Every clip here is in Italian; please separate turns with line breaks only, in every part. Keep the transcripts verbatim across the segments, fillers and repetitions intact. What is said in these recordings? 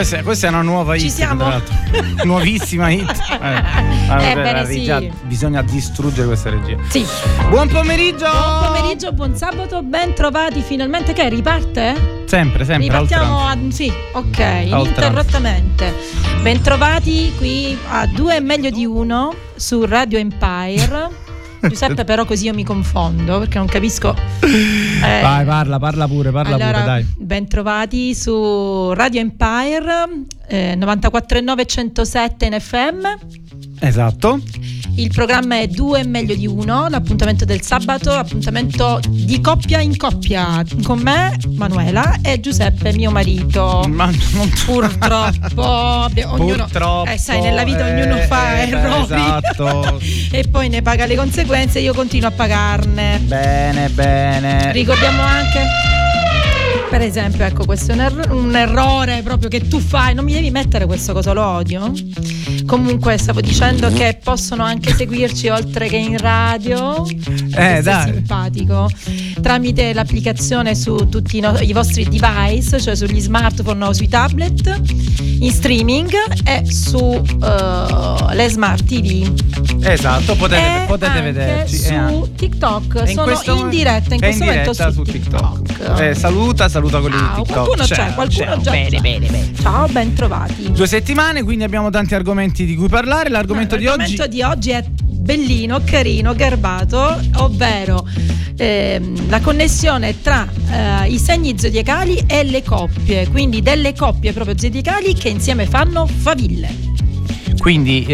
Questa è, questa è una nuova
Ci
hit.
siamo?
Nuovissima hit. Eh, allora,
Eh, bene,
la regia,
sì.
bisogna distruggere questa regia.
Sì.
Buon pomeriggio.
Buon pomeriggio, buon sabato, ben trovati finalmente. Che riparte?
Sempre, sempre.
Ripartiamo a, sì, ok,
oltranza.
ininterrottamente. Ben trovati qui a Due è meglio di uno su Radio Empire. Giuseppe, però così io mi confondo perché non capisco. Eh,
Vai, parla, parla pure, parla
allora,
pure, dai.
Ben trovati su Radio Empire eh, novantaquattro virgola nove centosette in F M.
Esatto.
Il programma è Due è meglio di uno, l'appuntamento del sabato, appuntamento di coppia in coppia con me, Manuela, e Giuseppe, mio marito.
Ma non
Purtroppo, ognuno,
Purtroppo,
eh, sai, nella vita
eh,
ognuno fa
eh,
errori,
esatto.
e poi ne paga le conseguenze. Io continuo a pagarne.
Bene, bene.
Ricordiamo anche, per esempio, ecco, questo è un, erro- un errore proprio che tu fai. Non mi devi mettere questo, cosa lo odio. Comunque stavo dicendo che possono anche seguirci oltre che in radio.
Eh, dai.
Simpatico. Tramite l'applicazione su tutti i, no- i vostri device, cioè sugli smartphone o sui tablet, in streaming e su uh, le smart T V.
Esatto, potete,
E
potete
anche
vederci.
su
E anche-
TikTok.
e in
Sono
questo
in diretta in
è
questo
in
momento
diretta
su
su
TikTok.
TikTok. Eh, saluta, saluta quelli
Ah,
di TikTok.
qualcuno c'è,
Ciao,
qualcuno
ciao.
già
Bene,
c'è.
bene, bene, bene.
Ciao, ben trovati.
Due settimane, quindi abbiamo tanti argomenti di cui parlare. L'argomento, di, oggi...
L'argomento di oggi è bellino, carino, garbato, ovvero ehm, la connessione tra eh, i segni zodiacali e le coppie, quindi delle coppie proprio zodiacali che insieme fanno faville.
Quindi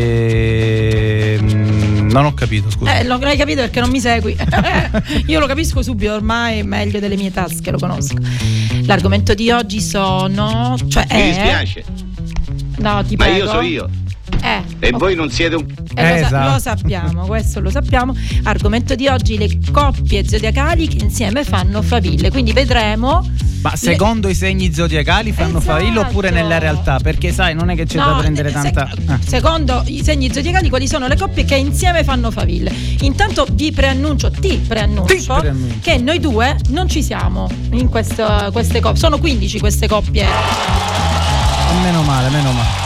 ehm, non ho capito, scusa.
Eh, non hai capito perché non mi segui. Io lo capisco subito, ormai meglio delle mie tasche, lo conosco. L'argomento di oggi sono, cioè
Mi
è,
dispiace,
no, ti
ma
prego.
io so io.
Eh,
E
ok.
voi non siete un...
Eh, lo, sa-
Esatto.
lo sappiamo, questo lo sappiamo. Argomento di oggi: le coppie zodiacali che insieme fanno faville. Quindi vedremo.
Ma secondo i segni zodiacali fanno
Esatto.
faville oppure nella realtà? Perché sai, non è che c'è
No,
da prendere
se-
tanta. Ah.
Secondo i segni zodiacali, quali sono le coppie che insieme fanno faville? Intanto vi preannuncio, ti preannuncio,
Ti preannuncio.
che noi due non ci siamo in questo- queste coppie. Sono quindici queste coppie.
Meno male, meno male.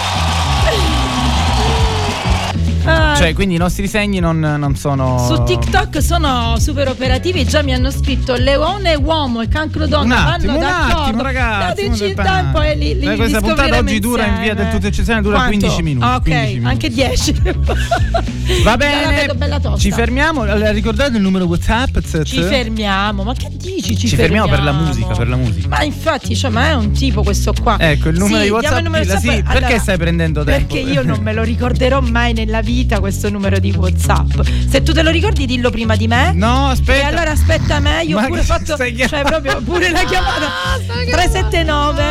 Ah,
Cioè, quindi i nostri segni non, non sono.
su TikTok sono super operativi, già mi hanno scritto leone uomo e cancro donna.
Un attimo,
vanno
un
d'accordo.
attimo, ragazzi.
Dateci il
un
tempo e li, li
Eh, Questa
li
puntata
scopriremo
oggi dura in via
insieme.
del tutto eccezionale, dura
Quanto?
quindici minuti.
Ah, ok,
quindici minuti.
anche dieci.
Va
La
bene,
vedo bella tosta.
ci fermiamo. Allora, ricordate il numero WhatsApp?
Ci fermiamo, ma che dici? Ci,
Ci fermiamo per la musica, per la musica.
Ma infatti, cioè, ma è un tipo questo qua.
Ecco, il numero
Sì,
di
diamo
WhatsApp.
il numero di
Sì,
WhatsApp.
perché
Allora,
stai prendendo tempo?
Perché io non me lo ricorderò mai nella vita questo numero di WhatsApp. Se tu te lo ricordi, dillo prima di me.
No, aspetta.
E allora aspetta me, io ho
Ma
pure
che
fatto,
stai
cioè
chiamando?
proprio pure la chiamata
Ah, stai
tre sette nove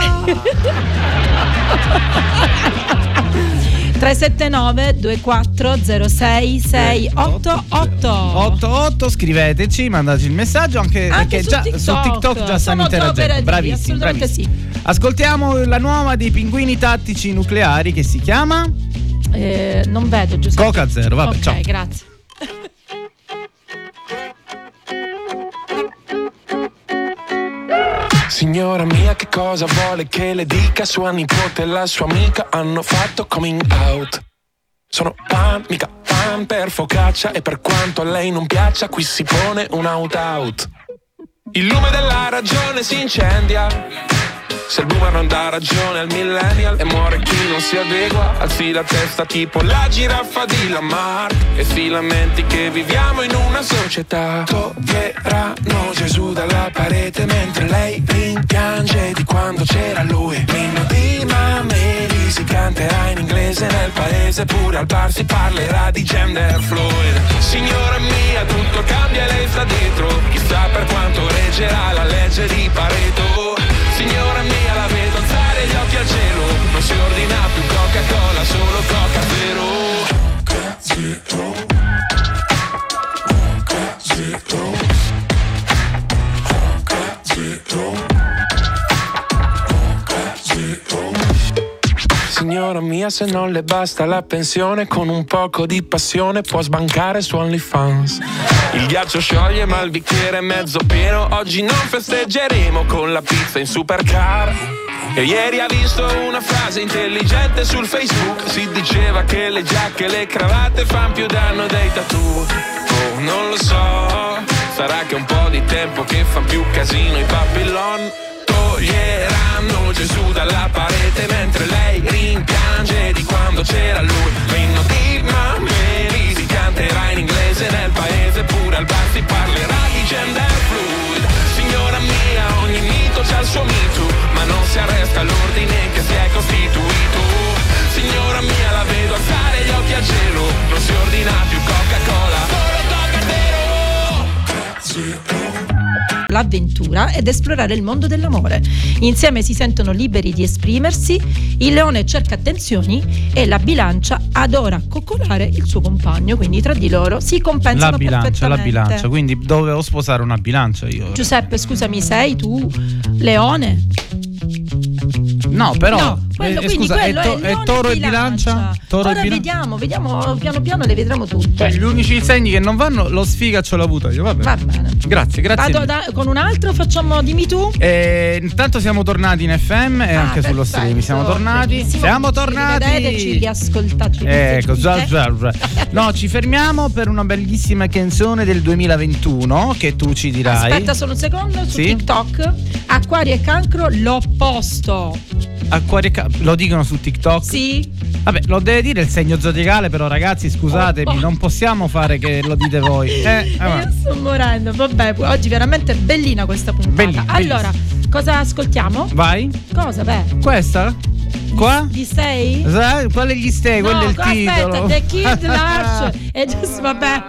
tre sette nove due quattro zero sei sei otto otto
otto otto, scriveteci, mandateci il messaggio anche,
Anche
perché
su
già
TikTok.
su TikTok già stanno
Sono già
interagendo.
operativi,
Bravissimi,
assolutamente
bravissimi.
sì.
Ascoltiamo la nuova dei pinguini tattici nucleari che si chiama
eh, non vedo Giuseppe.
Coca Zero. Vabbè,
ok,
ciao.
grazie.
Signora mia, che cosa vuole che le dica? Sua nipote e la sua amica hanno fatto coming out. Sono pan, mica pan per focaccia, e per quanto a lei non piaccia, qui si pone un out-out. Il lume della ragione si incendia. Se il boomer non dà ragione al millennial e muore chi non si adegua, alzi la testa tipo la giraffa di Lamarck e si lamenti che viviamo in una società. Toglieranno Gesù dalla parete mentre lei rimpiange di quando c'era lui. L'inno di Mameli si canterà in inglese nel paese, pure al bar si parlerà di gender fluid. Signora mia, tutto cambia e lei sta dietro, chissà per quanto reggerà la legge di Pareto. Signora mia, la vedo alzare gli occhi al cielo, non si ordina più Coca-Cola, solo Coca Zero. Coca Zero. Coca Zero. Coca Zero. Coca Zero. Signora mia, se non le basta la pensione, con un poco di passione può sbancare su OnlyFans. Il ghiaccio scioglie ma il bicchiere è mezzo pieno, oggi non festeggeremo con la pizza in supercar. E ieri ha visto una frase intelligente sul Facebook. Si diceva che le giacche e le cravatte fan più danno dei tattoo. Oh, non lo so, sarà che un po' di tempo che fan più casino i Papillon. Toglieranno Gesù dalla parete mentre lei rimpiange di quando c'era lui. Rinno di Mameli si canterà in inglese nel paese, pure al bar si parlerà di gender fluid. Signora mia, ogni mito c'ha il suo mito, ma non si arresta l'ordine che si è costituito. Signora mia, la vedo alzare gli occhi al cielo, non si ordina più Coca-Cola, solo Coca-Zero.
L'avventura ed esplorare il mondo dell'amore. Insieme si sentono liberi di esprimersi, il leone cerca attenzioni e la bilancia adora coccolare il suo compagno, quindi tra di loro si compensano
la bilancia, la
perfettamente.
bilancia, quindi dovevo sposare una bilancia io.
Giuseppe, scusami, sei tu leone?
No, però
no, quello,
eh,
quindi
scusa,
quello
è, to-
è,
è toro e bilancia? Toro
Ora
e bilancia?
vediamo, vediamo, piano piano le vedremo tutte.
Cioè, gli unici segni che non vanno, lo sfiga ce l'ho avuto io, va bene.
Va bene.
Grazie, grazie.
Vado da, con un altro, facciamo, dimmi tu.
Eh, intanto siamo tornati in F M e
Ah,
anche sullo
perfetto,
stream. Siamo tornati.
benissimo.
Siamo tornati.
Rivedeteci, riascoltateci.
Ecco, già,
Eh?
già, già. No, ci fermiamo per una bellissima canzone del duemilaventuno che tu ci dirai.
Aspetta solo un secondo, su
Sì?
TikTok Acquario e Cancro l'opposto.
Acquario e ca- lo dicono su TikTok?
Sì.
Vabbè, lo deve dire il segno zodiacale, però ragazzi, scusatemi,
Oh, oh.
non possiamo fare che lo dite voi. Eh, eh,
Io
va.
sto morendo. Vabbè, oggi veramente bellina questa puntata.
Bellina,
allora, cosa ascoltiamo?
Vai?
Cosa, beh?
Questa? Qua?
Di sei?
Sa- Quale gli stay? Quello è il
aspetta,
titolo.
The Kid Large. È giusto, vabbè.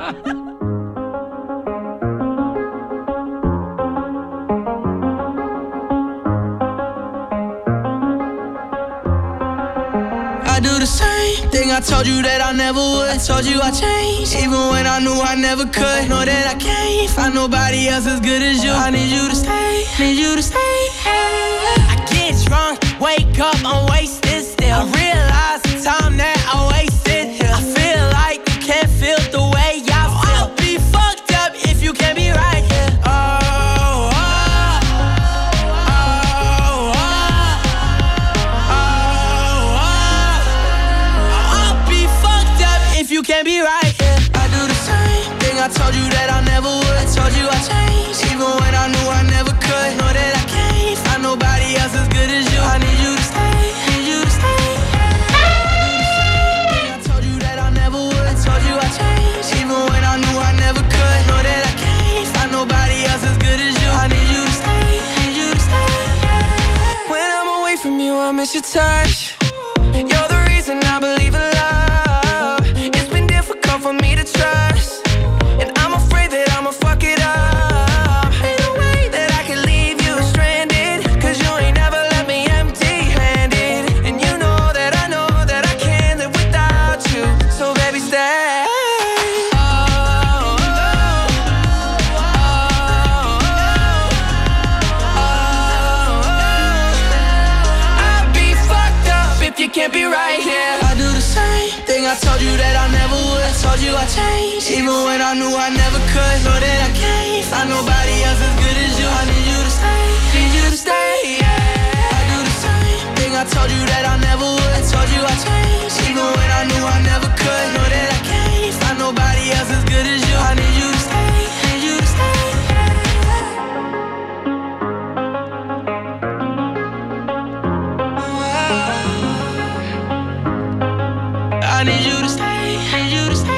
I do the same thing I told you that I never would. I told you I changed, even when I knew I never could. Know that I can't find nobody else as good as you. I need you to stay, need you to stay. I get drunk, wake up, I'm wasted still. I realize the time that I wasted here. I feel like you can't feel the way I feel. I'll be fucked up if you can't be right here. Oh, oh, oh, oh, oh. I'll be fucked up if you can't be right here. I do the same thing I told you that I never would. I told you I changed, even when I knew I never could. Know that I can't find nobody else as good as you. I need you to stay, need you to stay. I told you that I never would. I told you I changed, even when I knew I never could. Know that I can't find nobody else as good as you. I need you to stay, need you to stay. When I'm away from you, I miss your touch. You're the reason I believe in love. It's been difficult for me to trust, and I'm afraid that I'ma fuck it up. Ain't no way that I can leave you stranded, cause you ain't never left me empty-handed. And you know that I know that I can't live without you. So baby, stay. Oh, oh, oh, oh, oh. I'd be fucked up if you can't be right here. I do the same thing I told you that I never would. I told you I changed, even when I knew I never could. Know that I can't find nobody else as good as you. I need you to stay, need you to stay, yeah. I do the same thing I told you that I never would. I told you I changed, even when I knew I never could. Know that I can't find nobody else as good as you. I need you to stay, need you to stay. I need you to stay, need you to stay.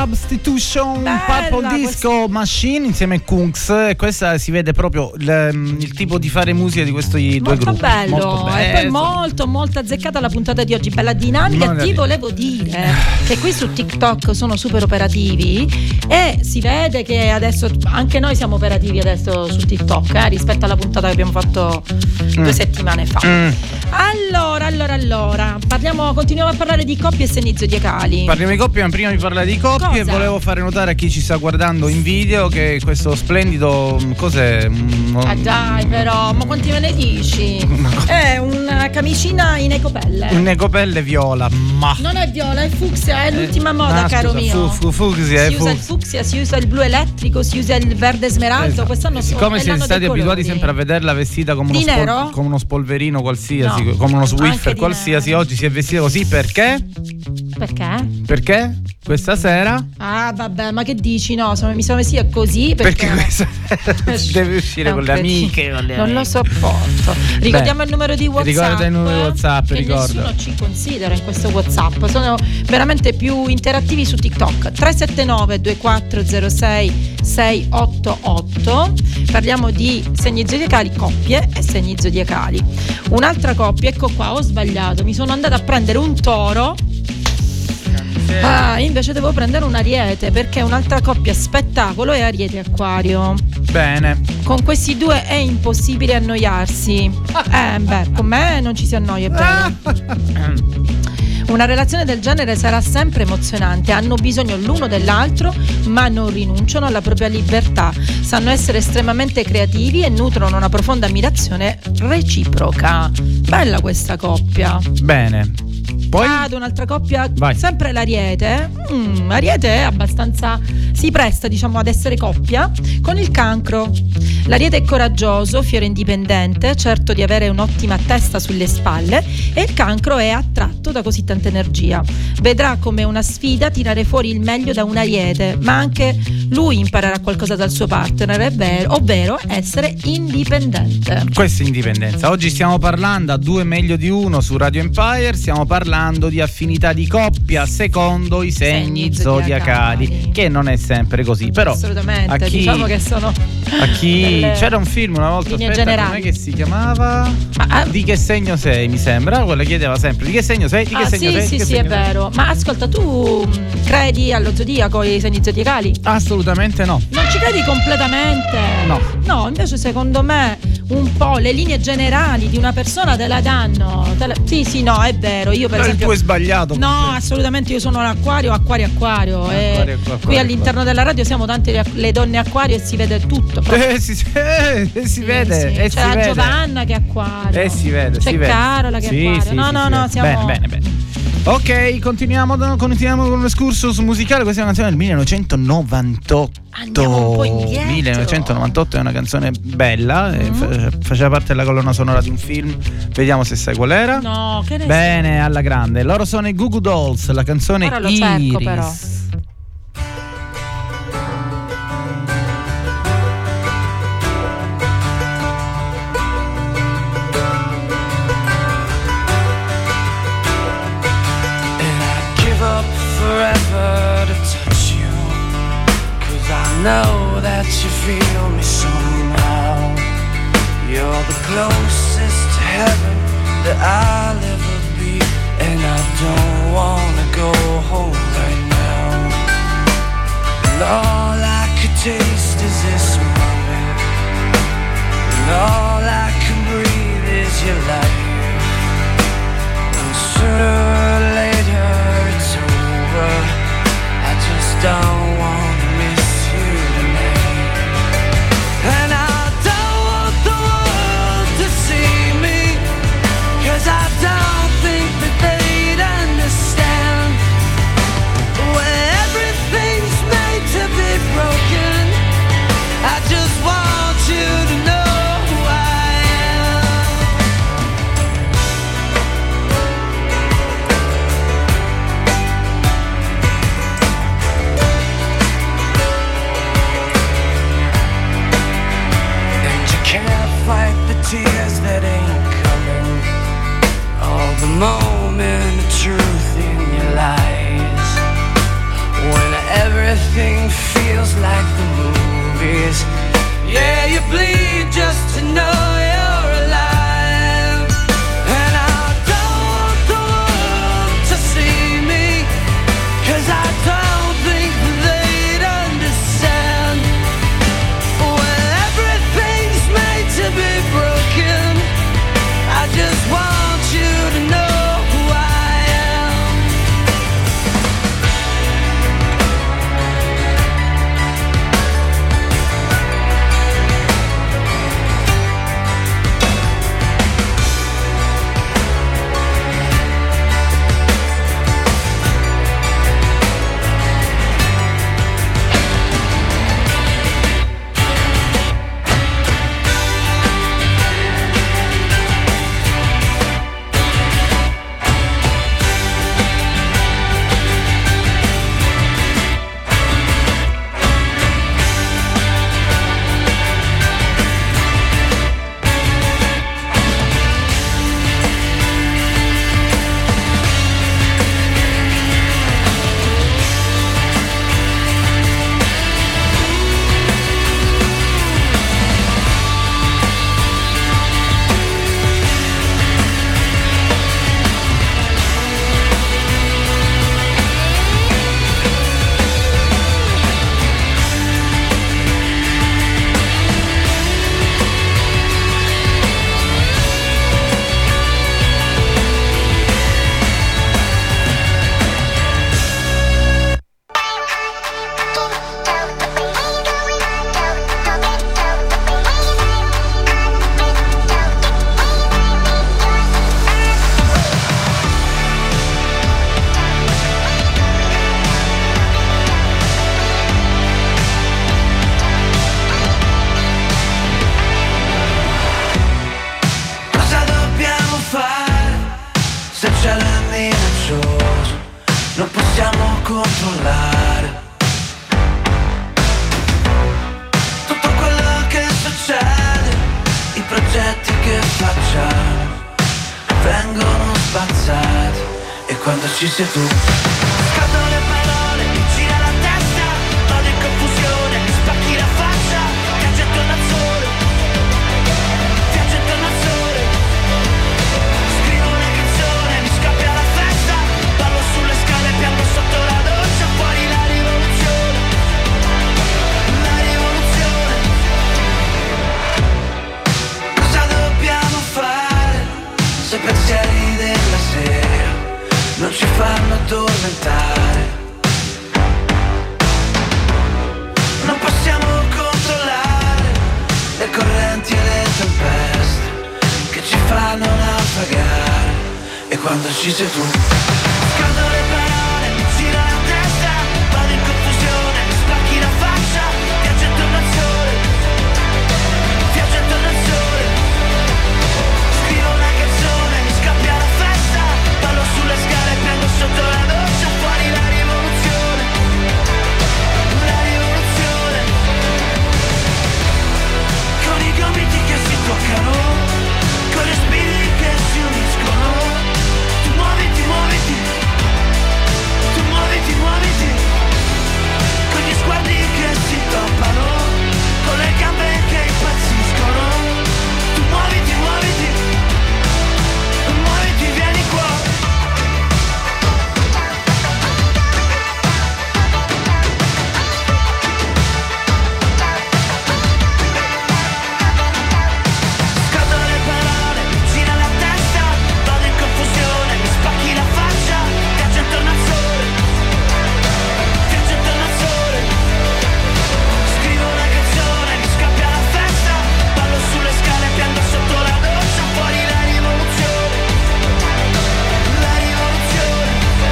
Substitution
Bella
Purple Disco
questa...
Machine insieme a Kungs, e questa si vede proprio il, il tipo di fare musica di questi due
molto
gruppi.
Bello.
Molto bello.
E poi molto molto azzeccata la puntata di oggi, bella dinamica.
Non
Ti volevo dire che qui su TikTok sono super operativi e si vede che adesso anche noi siamo operativi adesso su TikTok eh, rispetto alla puntata che abbiamo fatto mm. due settimane fa. Mm. Allora, allora, allora, parliamo, continuiamo a parlare di coppie e segni zodiacali.
Parliamo di coppie, ma prima di parlare di coppie Cosa? volevo fare notare a chi ci sta guardando in video che questo splendido, cos'è?
Ah dai però, ma quanti me ne dici? È una camicina in ecopelle.
In ecopelle viola, ma
non è viola, è fucsia, è l'ultima moda,
ah,
caro
scusa,
mio.
fu, fu, fucsia,
si
fu.
usa il fucsia, si usa il blu elettrico, si usa il verde smeraldo.
Esatto.
Quest'anno
siccome
so,
siete stati abituati sempre a vederla vestita come uno, spol- come uno spolverino qualsiasi, no, come uno Swiffer qualsiasi, oggi si è vestita così perché?
Perché?
Perché? Questa sera?
Ah vabbè, ma che dici? No, sono, mi sono vestita così perché,
perché questa sera si deve uscire con le amiche, con le
non
amiche.
lo sopporto. Ricordiamo Beh, il numero di WhatsApp.
Ricorda il numero di WhatsApp,
che
ricorda.
Nessuno ci considera in questo WhatsApp. Sono veramente più interattivi su TikTok. tre sette nove due quattro zero sei sei otto otto. Parliamo di segni zodiacali, coppie e segni zodiacali. Un'altra coppia, ecco qua, ho sbagliato. Mi sono andata a prendere un toro. Ah, invece devo prendere un ariete, perché un'altra coppia spettacolo è Ariete e Acquario.
Bene.
Con questi due è impossibile annoiarsi. Eh beh, con me non ci si annoia, è vero. Una relazione del genere sarà sempre emozionante, hanno bisogno l'uno dell'altro ma non rinunciano alla propria libertà, sanno essere estremamente creativi e nutrono una profonda ammirazione reciproca. Bella questa coppia.
Bene. Poi
ad un'altra coppia,
Vai.
sempre l'Ariete. Mm, Ariete è abbastanza, si presta diciamo ad essere coppia con il Cancro. L'Ariete è coraggioso, fiero indipendente, certo di avere un'ottima testa sulle spalle, e il Cancro è attratto da così tanta energia. Vedrà come una sfida tirare fuori il meglio da un Ariete, ma anche lui imparerà qualcosa dal suo partner, è vero, ovvero essere indipendente.
Questa è indipendenza. Oggi stiamo parlando a due meglio di uno su Radio Empire, stiamo parlando di affinità di coppia secondo i segni, segni zodiacali, zodiacali, che non è sempre così, però
assolutamente,
a chi,
diciamo che sono
a chi c'era un film una volta, aspetta, com'è che si chiamava? Ma, di che segno sei, mi sembra, quella chiedeva sempre di che segno sei, di che
ah,
segno
sì,
sei,
sì,
sì,
sì, è vero. Ma ascolta, tu credi allo zodiaco e ai segni zodiacali?
Assolutamente no.
Non ci credi completamente?
No.
No, invece secondo me un po' le linee generali di una persona te la danno. Te la... Sì, sì, no, è vero. Io per
no,
esempio
tu hai sbagliato.
No, assolutamente, io sono un acquario, acquario, acquario.
Ah,
e
acquario, acquario,
qui all'interno
acquario.
della radio siamo tante le donne acquario e si vede tutto.
Eh, si, eh, si
sì,
vede.
Sì.
Eh,
C'è
si
la
vede.
Giovanna che è acquario.
Eh, si vede.
C'è
si vede.
Carola che è
sì,
acquario.
Sì,
no,
sì,
no,
sì,
no,
sì.
siamo.
Bene, bene, bene. Ok, continuiamo, continuiamo con un excursus musicale. Questa è una canzone del millenovecentonovantotto.
Andiamo un po' indietro.
millenovecentonovantotto è una canzone bella, mm-hmm. eh, faceva parte della colonna sonora di un film. Vediamo se sai qual era.
No, che ne
Bene, sai? Alla grande. Loro sono i Goo Goo Dolls, la canzone
Ora lo
Iris.
cerco, però.
Forever to touch you, 'cause I know that you feel me somehow. You're the closest to heaven that I'll ever be, and I don't wanna go home right now. And all I could taste is this moment, and all I can breathe is your light. And sooner or later it's over, I just don't wanna miss you tonight. And I don't want the world to see me, 'cause I don't think that they'd understand. When everything's made to be broken, I just want you to know who I am. Can't fight the tears that ain't coming, all the moment of truth in your lies. When every everything feels like the movies. Yeah, you bleed just to know you're alive. And I don't want the world to see me, 'cause I don't think they'd understand. When everything's made to be broken, I just want you to know who I am.
Ci sei tu. Scatto le parole, mi gira la testa, vado in confusione, mi spacchi la faccia, viaggio attorno al sole, viaggio attorno al sole. Scrivo una canzone, mi scappia la festa, ballo sulle scale, piango sotto la doccia, fuori la rivoluzione, la rivoluzione. Cosa dobbiamo fare se pensieri della sera non ci fanno addormentare? Non possiamo controllare le correnti e le tempeste che ci fanno naufragare. E quando ci sei tu, scaldo le parole, mi gira la testa, vado in confusione, mi spacchi la faccia, viaggio attorno al sole, viaggio attorno al sole. Scrivo una canzone, mi scappia la festa, ballo sulle scale, piango sotto la doccia, fuori la rivoluzione, la rivoluzione. Con i gomiti che si toccano, con le spine che si uniscono. Tu muoviti, muoviti, tu muoviti, muoviti, con gli sguardi che si toppano, con le gambe che impazziscono. Tu muoviti, muoviti, muoviti, vieni qua. Scaldo le parole, mi gira la testa, vado in confusione, mi spacchi la faccia, viaggio attorno al sole, viaggio attorno al sole. Scrivo una canzone, mi scappia la festa, ballo sulle scale, piango sotto la doccia, fuori la rivoluzione, la rivoluzione.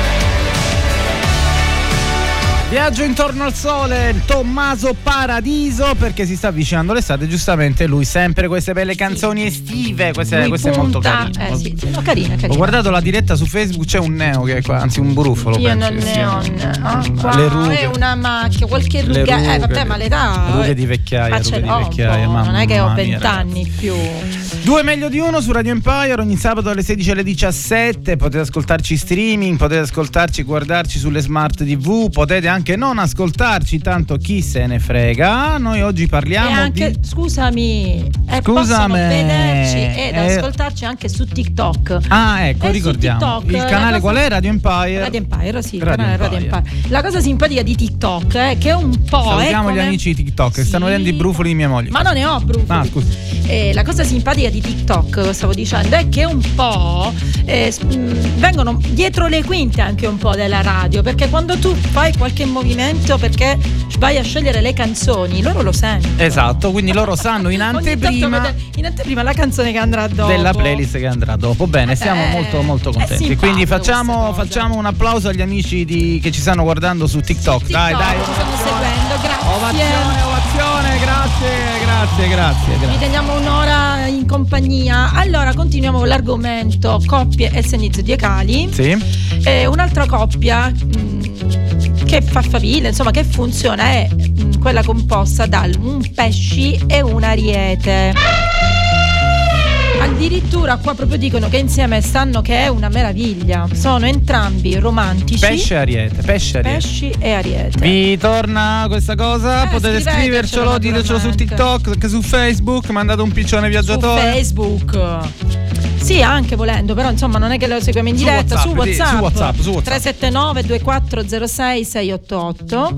Viaggio intorno al sole, Tommaso Paradiso, perché si sta avvicinando l'estate, giustamente lui sempre queste belle canzoni estive, queste,
Lui
queste molto
punta-
carine.
eh, sì, no, carina, carina.
Ho guardato la diretta su Facebook, c'è un neo che è qua, anzi un buruffolo.
Io
penso
non
che
ne
sia.
ho ne- ah, qua
Le rughe.
è una macchia, qualche
Le
ruga.
rughe,
Eh vabbè, ma l'età.
rughe di vecchiaia,
Ah,
rughe
ce
di
l'ho un
vecchiaia,
po',
mamma
non è che ho
mia,
vent'anni più.
Due meglio di uno su Radio Empire ogni sabato alle sedici e alle diciassette. Potete ascoltarci streaming, potete ascoltarci, guardarci sulle smart tivù, potete anche non ascoltarci, tanto chi se ne frega. Noi oggi parliamo
e anche,
di...
scusami, eh,
Scusami,
possono vederci ed
eh...
ascoltarci anche su TikTok.
Ah, ecco,
e
ricordiamo.
TikTok,
il canale
cosa...
qual è? Radio Empire.
Radio Empire, sì, il
Radio
canale Radio
Empire.
Empire. La cosa simpatica di TikTok è che un po'
Salutiamo
è come...
gli amici di TikTok che
Sì.
stanno vedendo i brufoli di mia moglie.
Ma non ne ho brufoli.
Ah, scusi.
Eh, la cosa simpatica di TikTok, stavo dicendo, è che un po' eh, mh, vengono dietro le quinte anche un po' della radio, perché quando tu fai qualche movimento perché vai a scegliere le canzoni, loro lo sentono.
Esatto, quindi loro sanno in anteprima
vede, in anteprima la canzone che andrà dopo,
della playlist che andrà dopo. Bene, siamo
Eh,
molto molto
è
contenti.
simpatico
Quindi
questa
facciamo,
cosa.
facciamo un applauso agli amici di, che ci stanno guardando su TikTok.
Su
Dai,
TikTok
dai.
ci stanno seguendo, grazie.
Ovazione, ovazione, grazie, grazie, grazie,
Vi
grazie.
teniamo un'ora in compagnia. Allora, continuiamo con l'argomento coppie e segni zodiacali.
Sì.
Eh, un'altra coppia mh, che fa faville, insomma, che funziona è mh, quella composta da un pesci e un ariete. Addirittura qua proprio dicono che insieme stanno che è una meraviglia. Sono entrambi romantici.
Pesce e ariete, pesce e ariete.
Pesci e ariete.
Vi torna questa cosa?
Eh,
Potete
scrivetecelo,
scrivercelo, ditecelo su
naturalmente.
TikTok, che su Facebook, mandate un piccione
Su
viaggiatore.
Facebook. Sì, anche volendo, però insomma non è che lo seguiamo in
Su
diretta,
WhatsApp,
su WhatsApp,
sì, su WhatsApp, su WhatsApp.
tre sette nove due quattro zero sei sei otto otto.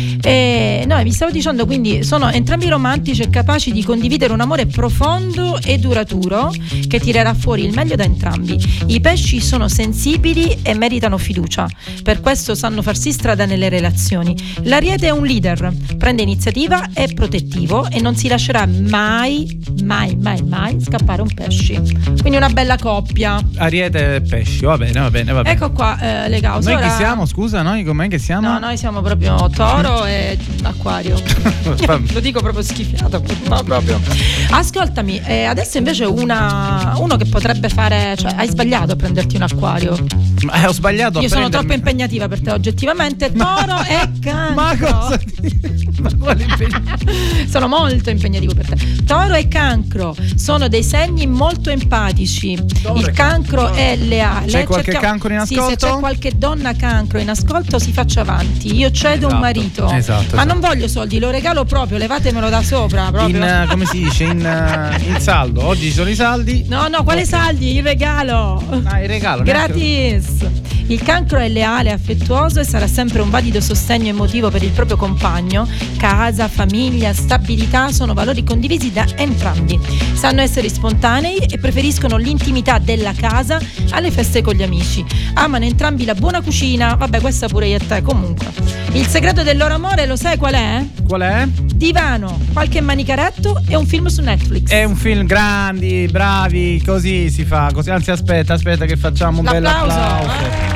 E noi vi stavo dicendo, quindi sono entrambi romantici e capaci di condividere un amore profondo e duraturo che tirerà fuori il meglio da entrambi. I pesci sono sensibili e meritano fiducia, per questo sanno farsi strada nelle relazioni. L'ariete è un leader, prende iniziativa, è protettivo e non si lascerà mai, mai, mai, mai scappare un pesci. Quindi una bella coppia.
Ariete e pesci, va bene, va bene, va bene.
Ecco qua eh, le cause.
Noi
Ora...
chi siamo? Scusa, noi com'è che siamo?
No, noi siamo proprio Toro e Acquario. Lo dico proprio schifiato, ma proprio. Ascoltami, eh, adesso invece una uno che potrebbe fare, cioè hai sbagliato a prenderti un Acquario.
Ma, eh, ho sbagliato
Io
a
sono
prendermi-
troppo impegnativa per te oggettivamente. Toro e Cancro.
Ma cosa ti- Ma quale impegno?
Sono molto impegnativo per te. Toro e Cancro sono dei segni molto empatici.
Toro
Il
e
cancro
Cancro.
è leale.
C'è qualche
Cerca-
cancro in
Sì,
ascolto?
se c'è qualche donna cancro in ascolto si faccia avanti. Io cedo
Esatto,
un marito.
esatto,
Ma
esatto.
non voglio soldi, lo regalo proprio, levatemelo da sopra proprio.
In, eh, come si dice, in, eh, in saldo. Oggi ci sono i saldi.
No, no, quale
Ok.
saldi? Il regalo.
Ah, il regalo. neanche-
Gratis! Il cancro è leale, affettuoso e sarà sempre un valido sostegno emotivo per il proprio compagno. Casa, famiglia, stabilità sono valori condivisi da entrambi. Sanno essere spontanei e preferiscono l'intimità della casa alle feste con gli amici. Amano entrambi la buona cucina. Vabbè, questa pure io e te comunque. Il segreto del loro amore lo sai qual è?
Qual è?
Divano, qualche manicaretto e un film su Netflix.
È un film grandi, bravi, così si fa. Così, anzi, aspetta, aspetta, che facciamo un bel
L'applauso.
applauso.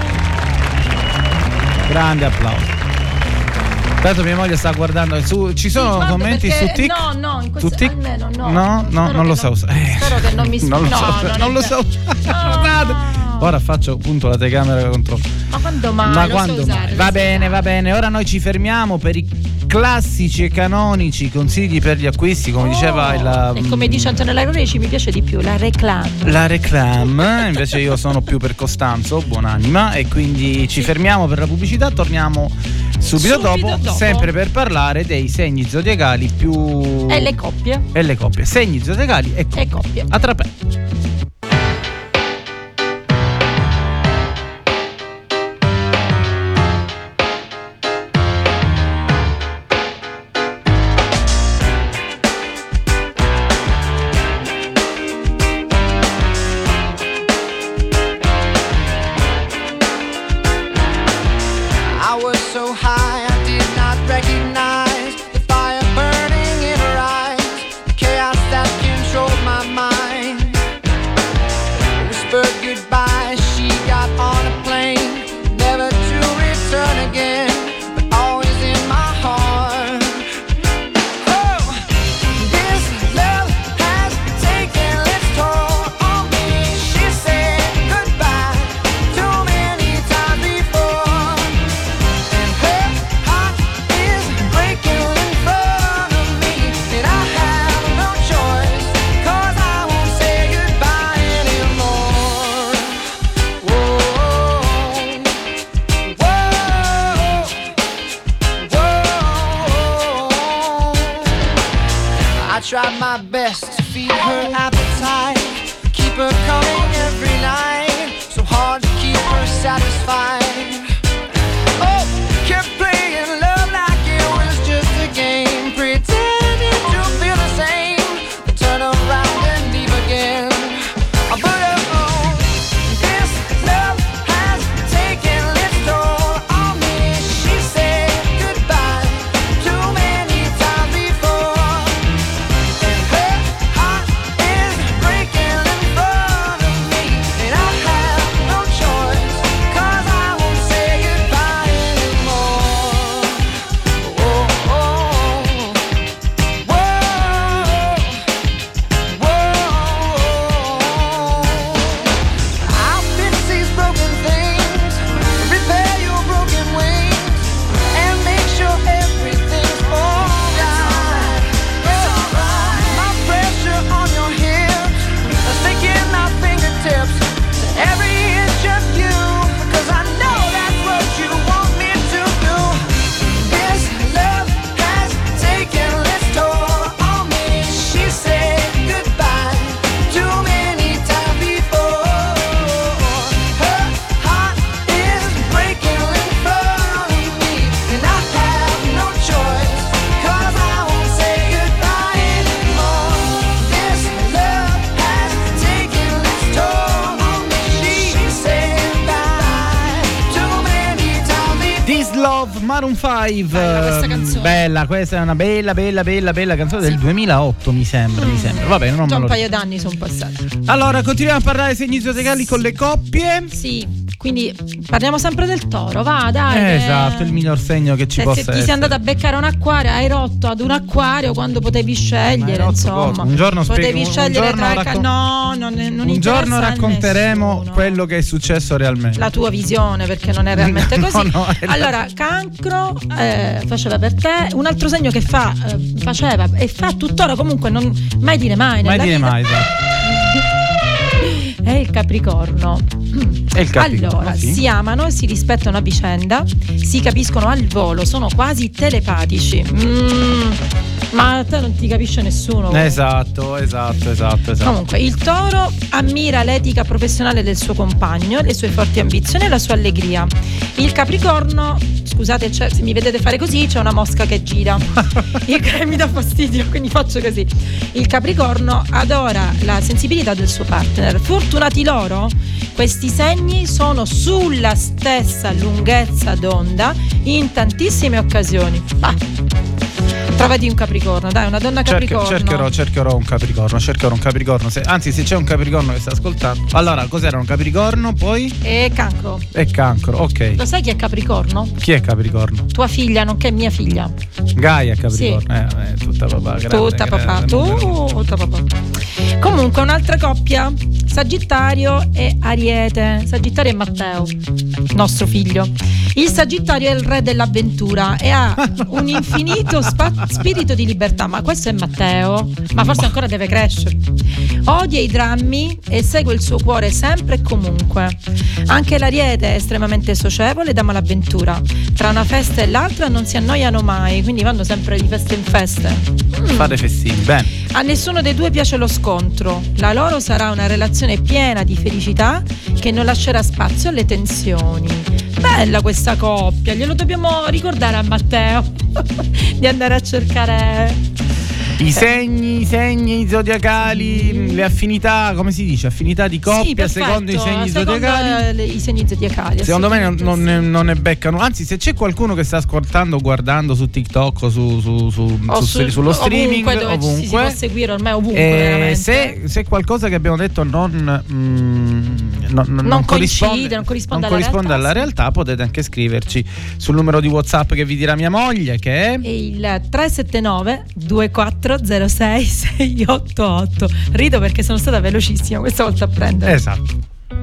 Grande applauso. Tanto mia moglie sta guardando su, ci sono
Sì, guarda,
commenti
perché-
su Tik?
No, no, in questo
Su Tik?
almeno no.
No, no,
Spero
non
che
lo so usare. Eh,
Spero che non mi
non lo
no,
so,
non,
non
è
lo
vero.
so usare.
No.
Guardate. Ora faccio appunto la telecamera contro.
Ma quando mai?
Ma
Lo
quando
so usare,
mai?
lo
Va
so
bene,
usare.
va bene. Ora noi ci fermiamo per i classici e canonici consigli per gli acquisti, come
Oh,
diceva il
e come dice Antonella Rorici, mi piace di più la reclame.
la reclame, invece io sono più per Costanzo, buonanima, e quindi ci fermiamo per la pubblicità, torniamo subito,
Subito
dopo,
dopo.
sempre per parlare dei segni zodiacali più
E le coppie.
e le coppie. Segni zodiacali e coppie.
E coppie.
A tra pe-
I was so high I did not recognize the fire burning in her eyes, the chaos that controlled my mind. tried my best to feed her appetite, keep her coming every night, so hard to keep her satisfied. Oh, kept playing love like it was just a game, pretending to feel the same, but turn around and leave again. But oh, this love has taken its toll on me. She said goodbye too many times before, and her heart is breaking in front of me, and I have no choice, 'cause I won't say goodbye anymore. Oh, oh, oh. Whoa, whoa. I'll fix these broken things, repair your broken wings, and make sure everything's alright. It's alright. My pressure on your hips, sticking my fingertips to every inch of you, 'cause I know that's what you want me to do. This love has taken its toll on me. She said goodbye too many times before. Her heart is breaking in front of me, and I have no choice, 'cause I won't say goodbye anymore. This love has taken its toll on me. She said goodbye too many times before.
This Love, Maroon five.
Bella questa canzone.
Bella, questa è una bella, bella, bella, bella canzone del duemilaotto, mi sembra, mi sembra. Vabbè, non
Già
me
un
lo
paio d'anni sono passati.
Allora, continuiamo a parlare dei segni zodiacali con le coppie.
Sì, quindi parliamo sempre del toro, va, dai.
Eh,
che-
esatto, il miglior segno che ci
Cioè,
possa
se ti
essere.
sei andato a beccare un acquario, hai rotto ad un acquario quando potevi
Ma hai
scegliere,
rotto
insomma.
cosa? Un giorno spie-
potevi
un- un
scegliere
giorno
tra
raccon-
no, non, non
Un giorno
interessa a
racconteremo
nessuno.
quello che è successo realmente.
La tua visione, perché non è realmente
No,
così.
no, è la-
Allora, cancro eh, faceva per te. Un altro segno che fa, eh, faceva e fa tuttora comunque, non mai dire mai.
Mai
nella
dire
vita,
mai, esatto.
È il Capricorno.
È il Capricorno,
Allora,
sì.
si amano, si rispettano a vicenda, si capiscono al volo, sono quasi telepatici. Mm, ma a te non ti capisce nessuno.
Esatto, esatto, esatto, esatto.
Comunque, il Toro ammira l'etica professionale del suo compagno, le sue forti ambizioni e la sua allegria. Il Capricorno, scusate, c'è- se mi vedete fare così, c'è una mosca che gira. Il che mi dà fastidio, quindi faccio così. Il Capricorno adora la sensibilità del suo partner. Fortunati loro, questi segni sono sulla stessa lunghezza d'onda in tantissime occasioni. Ah. Trovati un Capricorno, dai, una donna
Cerche-
Capricorno.
cercherò, cercherò un Capricorno, cercherò un Capricorno. Se- anzi, se c'è un Capricorno che sta ascoltando. Allora, cos'era un Capricorno? Poi?
E Cancro.
E Cancro, ok.
Lo sai chi è Capricorno?
Chi è Capricorno?
Tua figlia, nonché mia figlia.
Gaia è Capricorno. Eh, eh, tutta papà. Grande,
Tutta papà,
grande numero.
tutta papà. Comunque un'altra coppia, Sagittario e Ariete. Sagittario e Matteo, nostro figlio. Il Sagittario è il re dell'avventura e ha un infinito spa- spirito di libertà, ma questo è Matteo, ma forse ancora deve crescere. Odia i drammi e segue il suo cuore sempre e comunque. Anche l'Ariete è estremamente socievole ed ama l'avventura. Tra una festa e l'altra non si annoiano mai, quindi vanno sempre di festa in festa.
Fate festini, bene.
A nessuno dei due piace lo scontro. La loro sarà una relazione piena di felicità che non lascerà spazio alle tensioni. Bella questa coppia, glielo dobbiamo ricordare a Matteo di andare a cercare
I segni, i segni zodiacali, le affinità, come si dice? Affinità di coppia
Sì, perfetto,
secondo i segni
secondo
zodiacali.
le- i segni zodiacali.
Secondo me non,
assolutamente
non
sì.
ne, non ne beccano. Anzi, se c'è qualcuno che sta ascoltando o guardando su TikTok o su, su, su,
O
su-
su-
sullo streaming,
ovunque, dove ci si può
ovunque,
seguire ormai ovunque,
eh,
veramente.
se, se qualcosa che abbiamo detto non, mm, non, non,
Non
corrisponde,
coincide, non corrisponde
non
alla
corrisponde
realtà,
alla
sì.
realtà, potete anche scriverci sul numero di WhatsApp che vi dirà mia moglie, che è
E il tre sette nove due quattro zero sei sei otto otto. Rido perché sono stata velocissima questa volta a prendere.
esatto.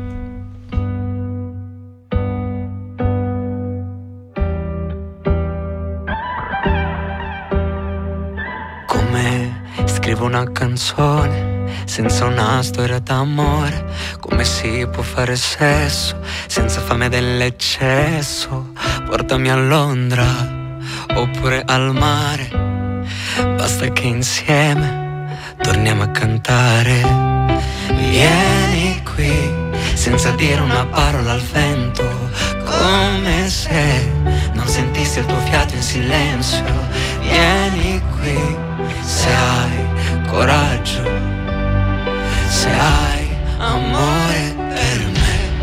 Come scrivo una canzone senza una storia d'amore, come si può fare sesso senza fame dell'eccesso. Portami a Londra oppure al mare, basta che insieme torniamo a cantare. Vieni qui senza dire una parola al vento, come se non sentissi il tuo fiato in silenzio. Vieni qui se hai coraggio, se hai amore per me.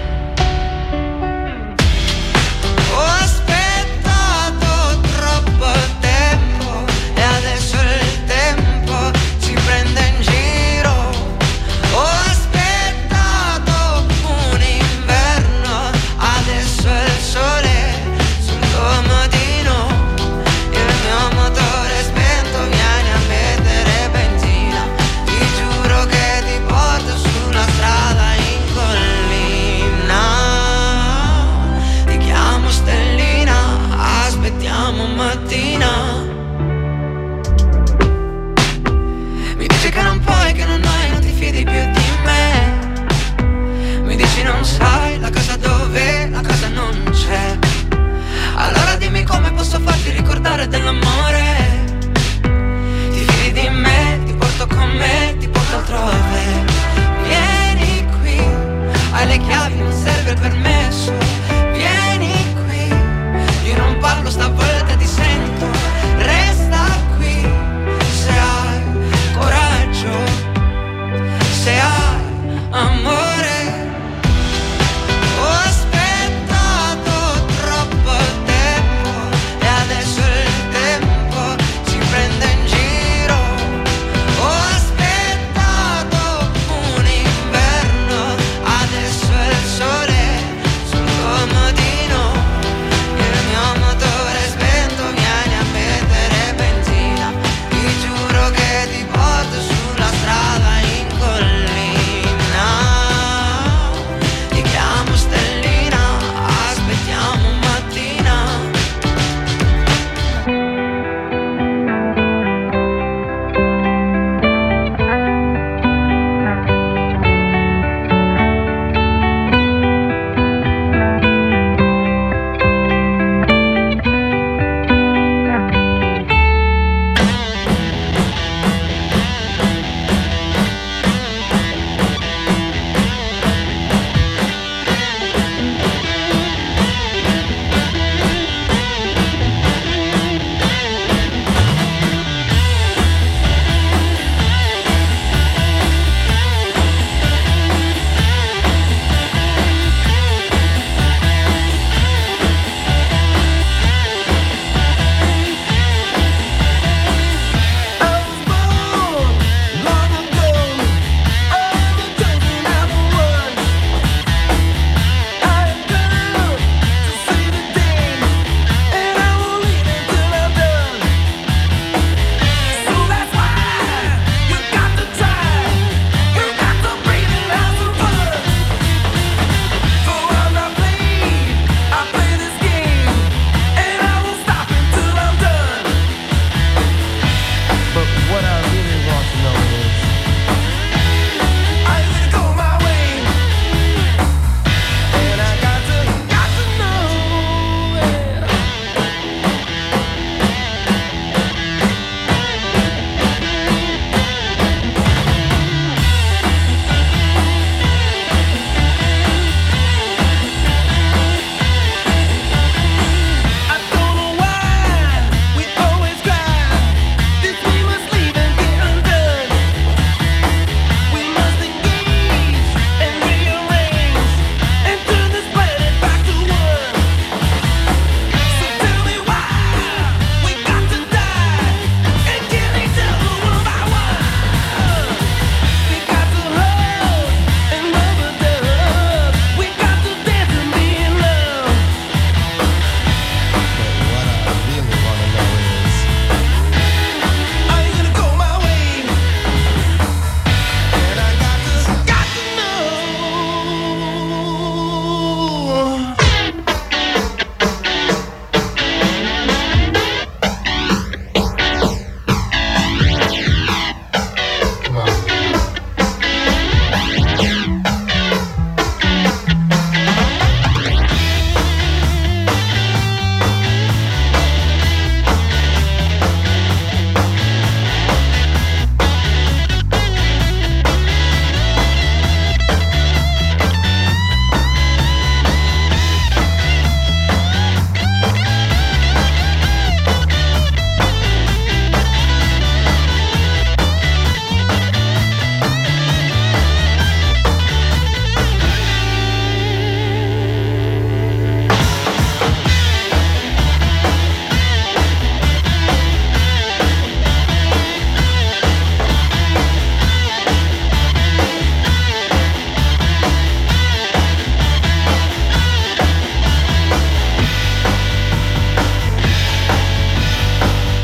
Ho aspettato troppo tempo e adesso il tempo ci prende in giro. Ho aspettato un inverno, adesso è il sole sul comodino. Il mio motore è spento, vieni a mettere benzina. Ti giuro che ti porto su una strada in collina. Ti chiamo stellina, aspettiamo mattina. Mi dici che non puoi, che non hai, non ti fidi più di me. Mi dici non sai la casa dove, la casa non c'è. Allora dimmi come posso farti ricordare dell'amore. Ti fidi di me, ti porto con me, ti porto altrove. Vieni qui, hai le chiavi, non serve il permesso. Vieni qui, io non parlo stavolta, ti sento. Resta qui, se hai coraggio, se hai amore. Ho aspettato troppo tempo e adesso il tempo ci prende in giro. Ho aspettato un inverno, adesso è il sole sul comodino. Il mio motore è spento,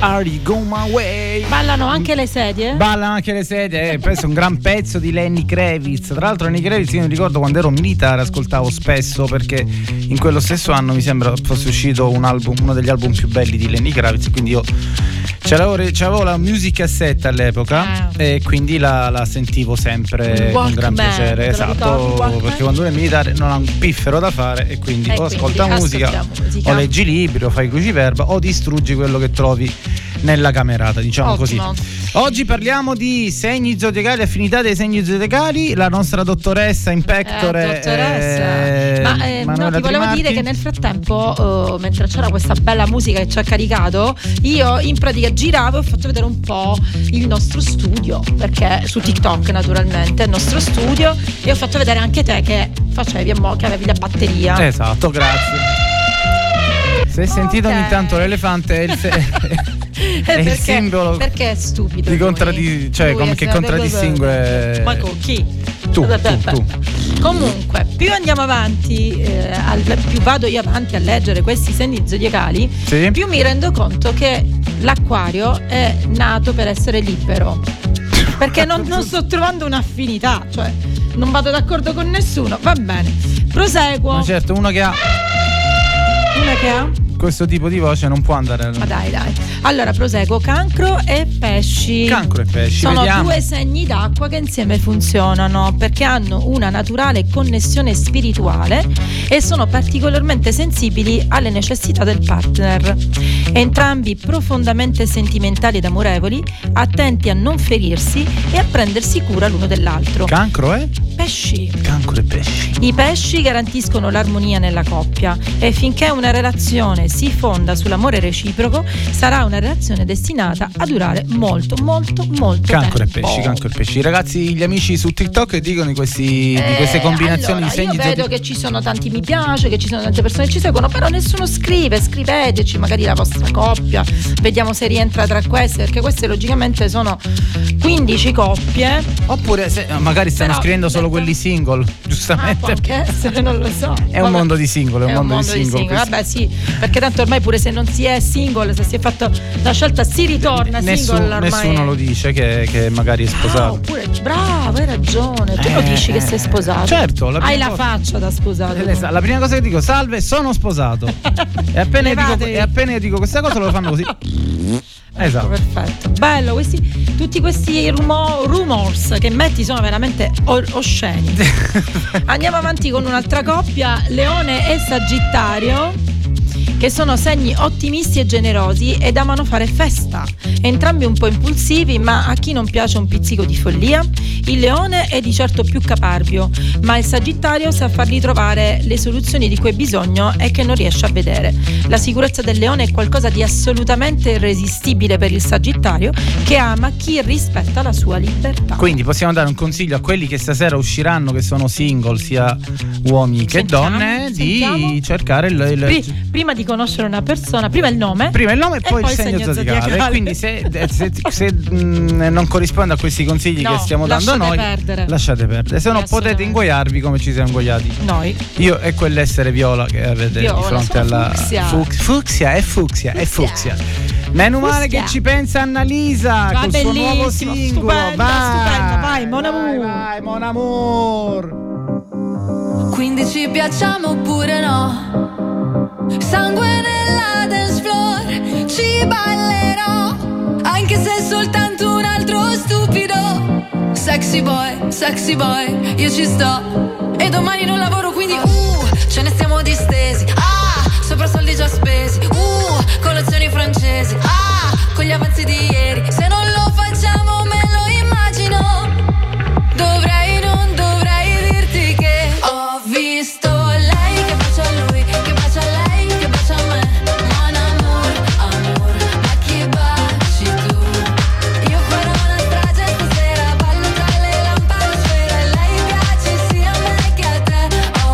Are Go My Way.
Ballano anche le sedie?
Ballano anche le sedie, eh. Questo è un gran pezzo di Lenny Kravitz. Tra l'altro Lenny Kravitz io mi ricordo quando ero militare ascoltavo spesso, perché in quello stesso anno mi sembra fosse uscito un album, uno degli album più belli di Lenny Kravitz, quindi io c'avevo, c'avevo la music cassetta all'epoca, ah. e quindi la, la sentivo sempre con gran piacere, esatto, perché quando uno è militare non ha un piffero da fare e quindi e o quindi ascolta musica, musica o leggi libri o fai cruciverba o distruggi quello che trovi nella camerata, diciamo. Ottimo. Così. Oggi parliamo di segni zodiacali, affinità dei segni zodiacali. La nostra dottoressa in pectore,
eh, dottoressa. Eh, ma eh, no, ti volevo dire che nel frattempo, uh, mentre c'era questa bella musica che ci ha caricato, io in pratica giravo e ho fatto vedere un po' il nostro studio, perché su TikTok naturalmente il nostro studio, e ho fatto vedere anche te che facevi, che avevi la batteria.
Esatto, grazie. Se hai okay. sentito ogni tanto l'elefante è il, se- è
perché,
il simbolo,
perché è stupido
di contraddi- cioè come che contraddistingue.
Ma con chi?
Tu, tu, tu.
Comunque, più andiamo avanti, eh, al, più vado io avanti a leggere questi segni zodiacali, sì. più mi rendo conto che l'Acquario è nato per essere libero, perché non, non sto trovando un'affinità, cioè non vado d'accordo con nessuno. Va bene, proseguo.
Ma certo, uno che ha
Una che ha
questo tipo di voce non può andare.
Ma dai, dai. Allora, proseguo. Cancro e pesci.
Cancro e pesci.
Sono
vediamo.
due segni d'acqua che insieme funzionano perché hanno una naturale connessione spirituale e sono particolarmente sensibili alle necessità del partner. Entrambi profondamente sentimentali ed amorevoli, attenti a non ferirsi e a prendersi cura l'uno dell'altro.
Cancro e
pesci.
Cancro e pesci.
I pesci garantiscono l'armonia nella coppia e finché una relazione si fonda sull'amore reciproco sarà una relazione destinata a durare molto molto molto
cancro
tempo.
e pesci, cancro e pesci. Ragazzi, gli amici su TikTok dicono di, questi, eh, di queste combinazioni
allora,
di segni.
Io vedo zodi- che ci sono tanti mi piace, che ci sono tante persone che ci seguono, però nessuno scrive. Scriveteci magari la vostra coppia, vediamo se rientra tra queste, perché queste logicamente sono quindici coppie.
Oppure se, magari stanno però, scrivendo solo quelli single, giustamente.
Ah, perché? Se non lo so.
È un mondo di single, è un, è mondo, un mondo di single. Di single.
Vabbè, sì, perché tanto ormai pure se non si è single, se si è fatto la scelta si ritorna
Nessun,
single ormai.
Nessuno lo dice che, che magari è sposato.
Ah, oppure, bravo, hai ragione. Tu eh, lo dici che sei sposato.
Certo, la
hai la
cosa,
faccia da sposato.
La prima cosa che dico, salve, sono sposato. e, appena io dico, e appena io dico questa cosa lo fanno così. Esatto.
Perfetto. Bello, questi, tutti questi rumo, rumors che metti sono veramente osceni. Andiamo avanti con un'altra coppia, Leone e Sagittario, che sono segni ottimisti e generosi ed amano fare festa. Entrambi un po' impulsivi, ma a chi non piace un pizzico di follia? Il Leone è di certo più caparbio, ma il Sagittario sa fargli trovare le soluzioni di cui ha bisogno e che non riesce a vedere. La sicurezza del Leone è qualcosa di assolutamente irresistibile per il Sagittario, che ama chi rispetta la sua libertà.
Quindi possiamo dare un consiglio a quelli che stasera usciranno, che sono single, sia uomini che sentiamo, donne, sentiamo. di cercare il, il...
Pri- prima di conoscere una persona, prima il nome,
prima il nome e, e poi, poi il segno, segno zodiacale. zodiacale. Quindi se, se, se mh, non corrisponde a questi consigli no, che stiamo dando noi,
perdere.
lasciate perdere. Se no potete ingoiarvi come ci siamo ingoiati
noi.
Io e quell'essere viola che avete viola, di fronte alla
fucsia.
Fux, fucsia è fucsia, è fucsia. Meno male che ci pensa Annalisa
va
col suo nuovo singolo.
Stupenda,
vai,
stupenda, vai, mon amour.
Vai, vai, mon amour.
Quindi ci piacciamo oppure no? Sangue nella dance floor, ci ballerò, anche se è soltanto un altro stupido. Sexy boy, sexy boy, io ci sto. E domani non lavoro, quindi uh, ce ne stiamo distesi. Ah, sopra soldi già spesi. Uh, colazioni francesi. Ah, con gli avanzi di ieri. Se non lo facciamo me lo immagino. Dovrei, non dovrei dirti che ho visto lei che bacia a lui, che bacia a lei, che bacia a me. Mon amour, amor, ma chi baci tu? Io farò una strage stasera, ballo tra le lampade e lei piace sia a me che a te. Ho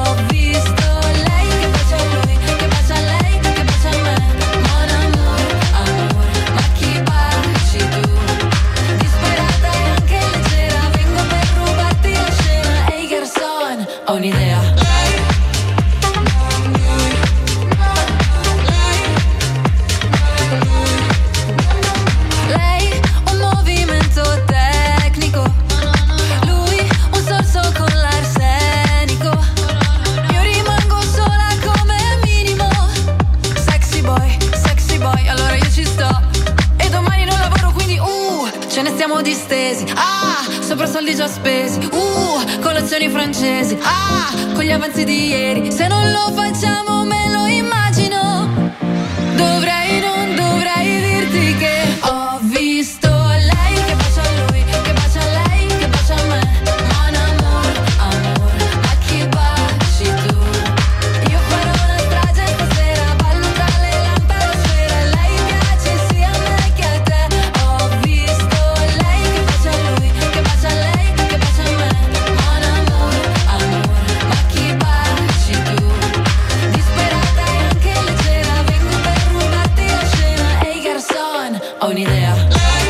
soldi già spesi. Uh, colazioni francesi. Ah, con gli avanzi di ieri. Se non lo facciamo me lo immagino. Dovrei, non dovrei dirti che ho visto lei che bacia a lui, che bacia a lei, che bacia a me. Mon amour, amor, ma chi baci tu? Io farò una strage stasera, ballo tra le lampadosfere. Lei piace sia a me che a te. Ho visto lei che bacia a lui, che bacia a lei, che bacia a me. Mon amour, amor, ma chi baci tu? Disperata e anche leggera, vengo per rubarti la scena. Ehi garçon, ho un'idea.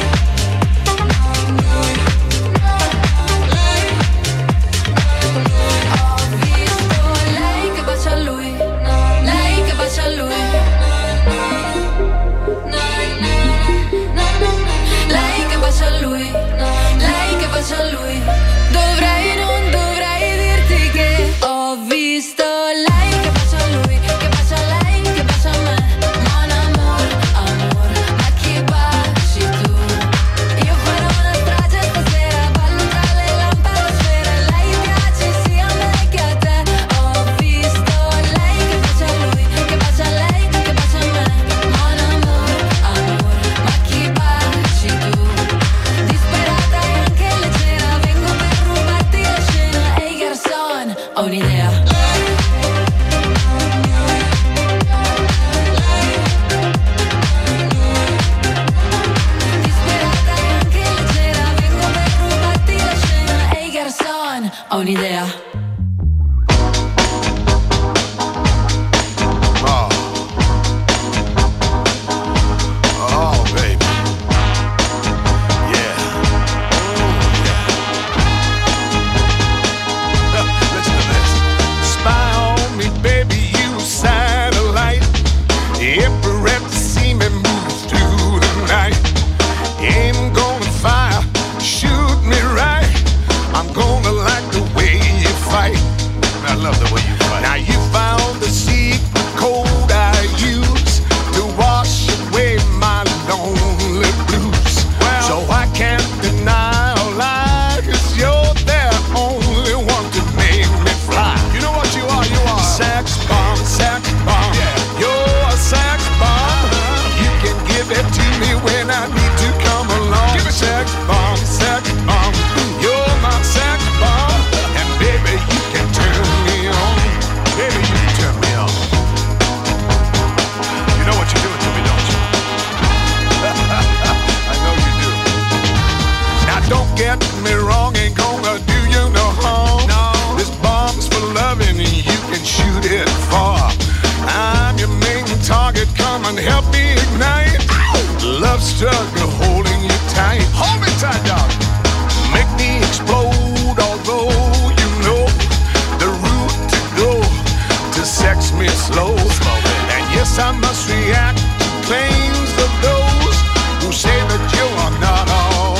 Ho visto lei che bacia a lui, lei che bacia a lui. Lei che bacia a lui, lei che bacia a lui. Dovrei, non dovrei dirti che ho visto lei che bacia a lui, che bacia a lei, che bacia a me. Mon amour, amor, ma chi baci tu? Io farò una strage stasera, ballo tra le lampadosfere. Lei piace sia a me che a te. Ho visto lei che bacia a lui, che bacia a lei, che bacia a me. Mon amour, amor, ma chi baci tu? Disperata e anche leggera, vengo per rubarti la scena. Ehi garçon, ho un'idea. Disperata e anche leggera, vengo per rubarti la scena. Ehi garçon, ho un'idea.
Oh. Oh, baby. Yeah. Ooh, yeah. Listen to this. Spy on me, baby, you satellite. Every rep to see me move through the night. Aim gonna fire, shoot me right. I'm gonna like the way you fight. I love the way you fight. Now you found the secret code I use to wash away my lonely blues. Well, so I can't deny or lie, 'cause you're the only one to make me fly. You know what you are? You are sex bomb, sex bomb. Yeah. You're a sex bomb. Uh-huh. You can give it to me when I need to come along. Give it sex bomb, sex bomb. You're my sex bomb. And baby, you can turn me on. Baby, you can turn me on. You know what you're doing to me, don't you? I know you do. Now don't get me wrong, ain't gonna do you no harm. No. This bomb's for loving and you can shoot it far. I'm your main target, come and help me ignite. Love struggle holding you tight. Hold me tight, dog. Make me explode, although you know the route to go to sex me slow. And yes, I must react to claims of those who say that you are not all.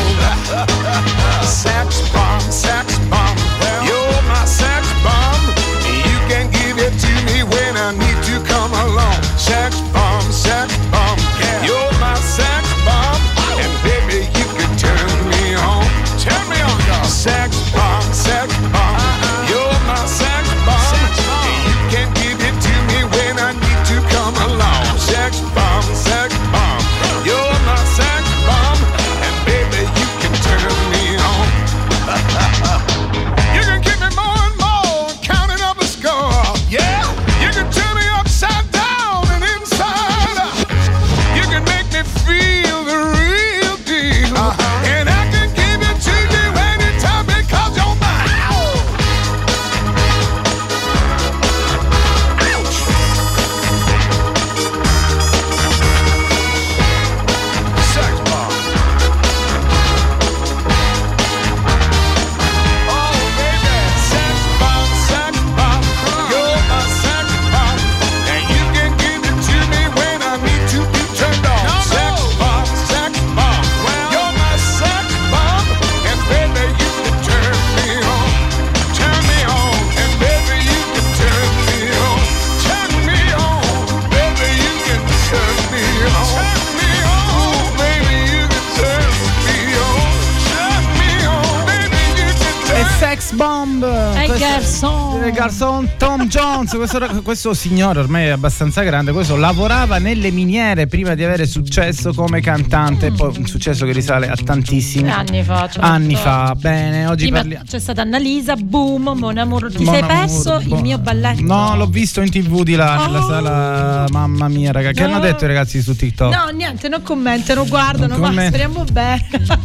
Sex bomb, sex bomb. You're my sex bomb. You can give it to me when I need to come along. Sex bomb, sex bomb. You're my sex bomb. And baby, you can turn me on. Turn me on, dog. Sex bomb, sex bomb. You're my sex bomb. You can give it to me when I need to come along. Sex bomb, sex
il garçon Tom Jones, questo, questo signore ormai è abbastanza grande, questo lavorava nelle miniere prima di avere successo come cantante, mm. poi un successo che risale a tantissimi
anni fa. Certo.
Anni fa, bene, oggi
prima
parliamo.
C'è stata Annalisa, boom, Mon Amour, ti
Mon
sei
Amour,
perso
boh.
il mio balletto?
No, l'ho visto in tv di là, oh. nella sala, mamma mia raga, che
no.
hanno detto i ragazzi su TikTok?
No, niente, non commentano, guardano,
non
ma speriamo bene.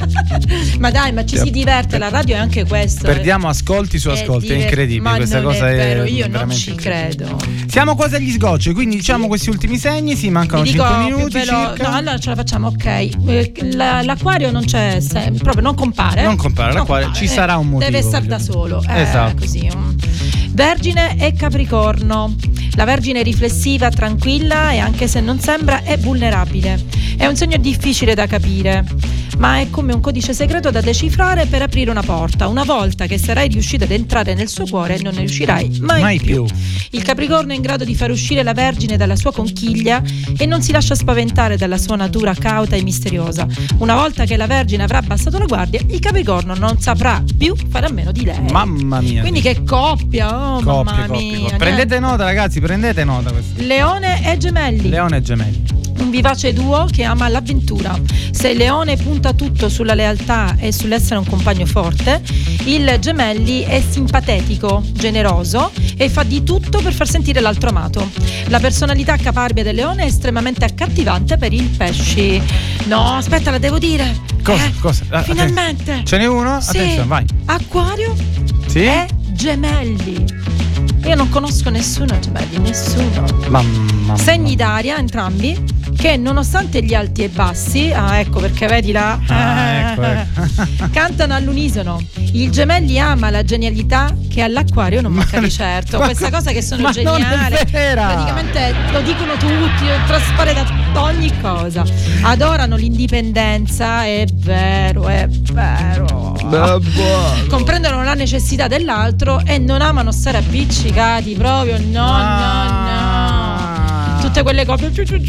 Ma dai, ma ci si diverte, la radio è anche questo.
Perdiamo ascolti su ascolti, è, è incredibile,
ma
questa
non
cosa
è vero,
è
io non ci
incredibile.
credo.
Siamo quasi agli sgocci, quindi diciamo sì. questi ultimi segni, sì, mancano
Vi dico
cinque minuti
velo-
circa.
No, allora ce la facciamo, ok. La, l'acquario non c'è, se, proprio non compare.
Non compare,
non
l'acquario,
compare.
ci sarà un motivo.
Deve stare da solo. Eh,
esatto.
Così. Vergine e Capricorno. La Vergine è riflessiva, tranquilla e anche se non sembra è vulnerabile. È un segno difficile da capire, ma è come un codice segreto da decifrare per aprire una porta. Una volta che sarai riuscito ad entrare nel suo cuore non ne uscirai mai,
mai più.
più. Il Capricorno è in grado di far uscire la Vergine dalla sua conchiglia e non si lascia spaventare dalla sua natura cauta e misteriosa. Una volta che la Vergine avrà abbassato la guardia, il Capricorno non saprà più fare a meno di lei.
Mamma mia.
Quindi che coppia, oh
coppia,
mamma
coppia,
mia.
coppia. Prendete nota ragazzi, prendete nota questa.
Leone e Gemelli.
Leone e Gemelli.
Un vivace duo che ama l'avventura. Se il Leone punta tutto sulla lealtà e sull'essere un compagno forte, il Gemelli è simpatetico, generoso e fa di tutto per far sentire l'altro amato. La personalità caparbia del Leone è estremamente accattivante per il Pesci. No, aspetta, la devo dire.
Cosa?
Eh,
cosa? Ah,
finalmente.
Attenzione. Ce n'è uno?
Sì.
Attenzione, vai.
Acquario
sì?
e Gemelli. Io non conosco nessuno Gemelli, nessuno.
Mamma.
Segni d'aria entrambi che nonostante gli alti e bassi, ah ecco perché vedi là,
ah, ecco, ecco.
cantano all'unisono. Il Gemelli ama la genialità che all'Acquario non manca di certo.
Ma
questa cosa che sono
ma
geniale,
non è vera.
praticamente lo dicono tutti, traspare da ogni cosa. Adorano l'indipendenza, è vero, è vero. Comprendono la necessità dell'altro e non amano stare appiccicati proprio, no,
ah.
no, no. Tutte quelle copie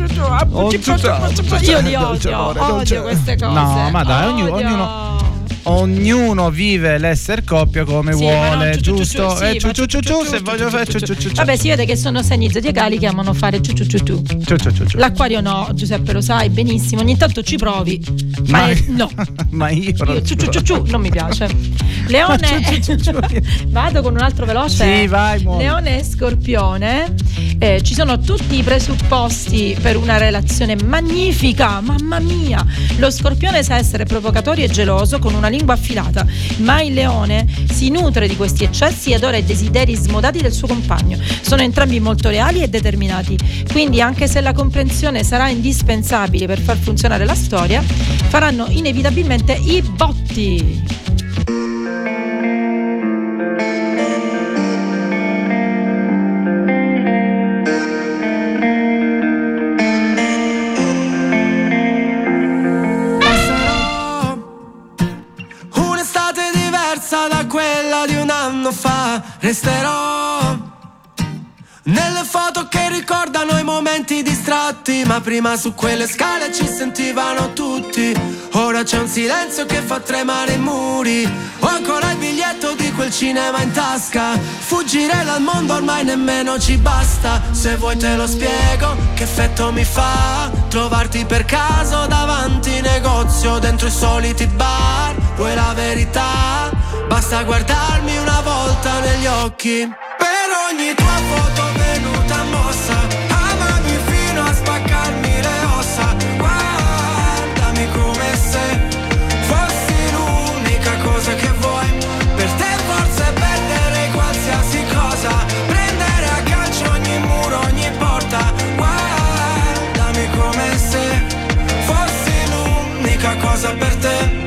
io li odio, odio queste cose.
No, ma dai, ognuno,
odio.
ognuno ognuno vive l'essere coppia come
sì,
vuole,
no,
giusto?
Ciu, ciu,
eh, ciu, ciu, ciu, ciu, se voglio fare ciu, ciu, ciu, ciu.
Vabbè, si vede che sono segni zodiacali che amano fare ciu ciu ciu ciu.
Ciu, ciu, ciu, ciu.
L'acquario no, Giuseppe lo sai benissimo, ogni tanto ci provi, ma, ma è, no.
Ma io,
io ciu, ciu, ciu, ciu, non mi piace. Leone
ciu, ciu, ciu, ciu.
Vado con un altro veloce.
Sì, vai, muovi.
Leone e Scorpione. Eh, ci sono tutti i presupposti per una relazione magnifica, mamma mia. Lo Scorpione sa essere provocatorio e geloso con una lingua affilata, ma il Leone si nutre di questi eccessi e adora i desideri smodati del suo compagno. Sono entrambi molto leali e determinati, quindi anche se la comprensione sarà indispensabile per far funzionare la storia, faranno inevitabilmente i botti.
Fa, resterò nelle foto che ricordano i momenti distratti, ma prima su quelle scale ci sentivano tutti. Ora c'è un silenzio che fa tremare i muri. Ho ancora il biglietto di quel cinema in tasca. Fuggire dal mondo ormai nemmeno ci basta. Se vuoi te lo spiego che effetto mi fa trovarti per caso davanti negozio, dentro i soliti bar. Vuoi la verità? Basta guardarmi una volta negli occhi. Per ogni tua foto venuta mossa, amami fino a spaccarmi le ossa. Guardami come se fossi l'unica cosa che vuoi. Per te forse perdere qualsiasi cosa, prendere a calcio ogni muro, ogni porta. Guardami come se fossi l'unica cosa per te.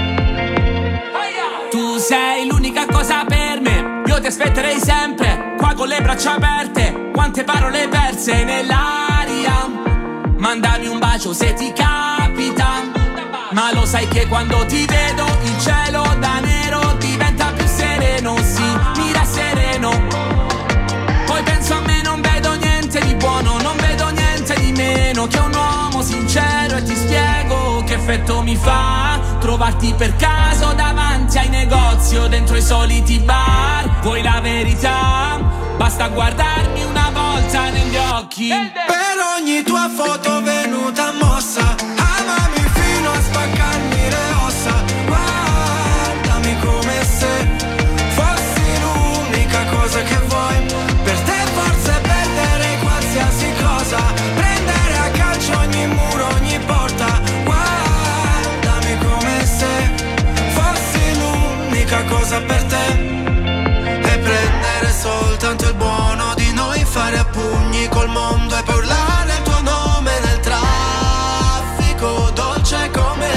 Tu sei l'unica cosa per me, io ti aspetterei sempre, qua con le braccia aperte, quante parole perse nell'aria. Mandami un bacio se ti capita, ma lo sai che quando ti vedo il cielo da nero diventa più sereno, sì, mi rassereno. Poi penso a me, non vedo niente di buono, non vedo niente di meno che un uomo sincero, e ti spiego che effetto mi fa trovarti per caso davanti ai negozi o dentro i soliti bar. Vuoi la verità? Basta guardarmi una volta negli occhi.
Per ogni tua foto venuta mossa, amami fino a spaccarmi le ossa. Guardami come se fossi l'unica cosa che vuoi. Per te forse perdere qualsiasi cosa, prendere a calcio ogni muro, ogni porta. Guardami come se fossi l'unica cosa per te. E prendere soltanto il buono di noi, fare a pugni col mondo e poi urlare il tuo nome nel traffico, dolce come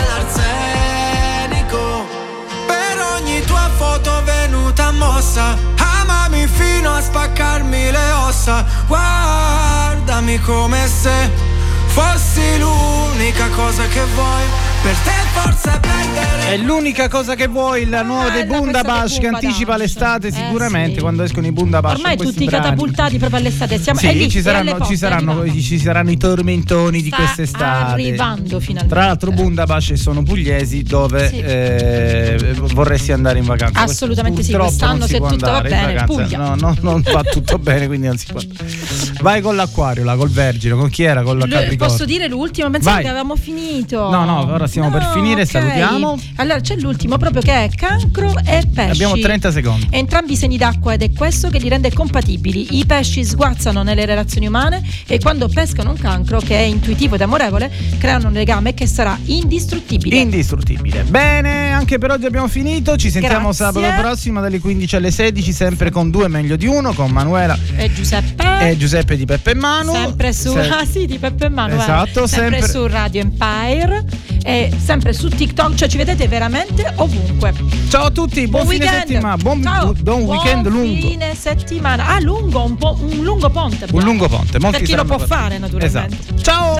l'arsenico. Per ogni tua foto venuta mossa, amami fino a spaccarmi le ossa. Guardami come se fossi l'unica cosa che vuoi. Per te forse perdere
è l'unica cosa che vuoi, la nuova
Ah,
dei
la
Bundabash
questa
che
dei
anticipa
Bundabash.
l'estate
Eh,
sicuramente
sì.
quando escono i Bundabash.
Ormai
con questi
tutti
brani.
catapultati proprio all'estate. Siamo,
Sì,
è lì,
ci
è
saranno,
alle
ci,
porte,
saranno,
arrivando.
ci saranno i tormentoni di
Sta
quest'estate.
arrivando finalmente.
Tra l'altro Bundabash sono pugliesi dove
Sì.
eh, vorresti andare in vacanza.
Assolutamente sì,
Purtroppo
quest'anno
non si
se
può
tutto va
andare in
bene,
vacanza.
Puglia.
No, no, non va tutto bene, quindi non si può. Vai con l'Acquario, là, col Vergine, con chi era? Con la
Lui-
Capricorno.
Posso dire l'ultimo? Pensavo
Vai.
che avevamo finito.
No, no, ora stiamo
No,
per finire,
ok.
salutiamo.
Allora c'è l'ultimo proprio che è cancro e pesci.
Abbiamo trenta secondi.
Entrambi segni d'acqua ed è questo che li rende compatibili. I pesci sguazzano nelle relazioni umane e quando pescano un cancro che è intuitivo ed amorevole creano un legame che sarà indistruttibile.
Indistruttibile. Bene, anche per oggi abbiamo finito. Ci sentiamo
Grazie.
sabato prossimo dalle quindici alle sedici, sempre con Due Meglio di Uno, con Manuela
E Giuseppe.
e Giuseppe di Peppe e Manu.
Sempre su
Se-
ah sì di Peppe e Manu, eh.
Esatto,
sempre,
sempre-
su Radio Empire e sempre su TikTok, cioè ci vedete veramente ovunque.
Ciao a tutti, buon, fine
weekend.
settimana, buon,
Ciao.
buon weekend
Buon
lungo.
fine settimana. Ah, lungo, un po' un lungo ponte.
Un lungo ponte, molti
per chi lo
saranno
può
per-
fare naturalmente.
Esatto. Ciao.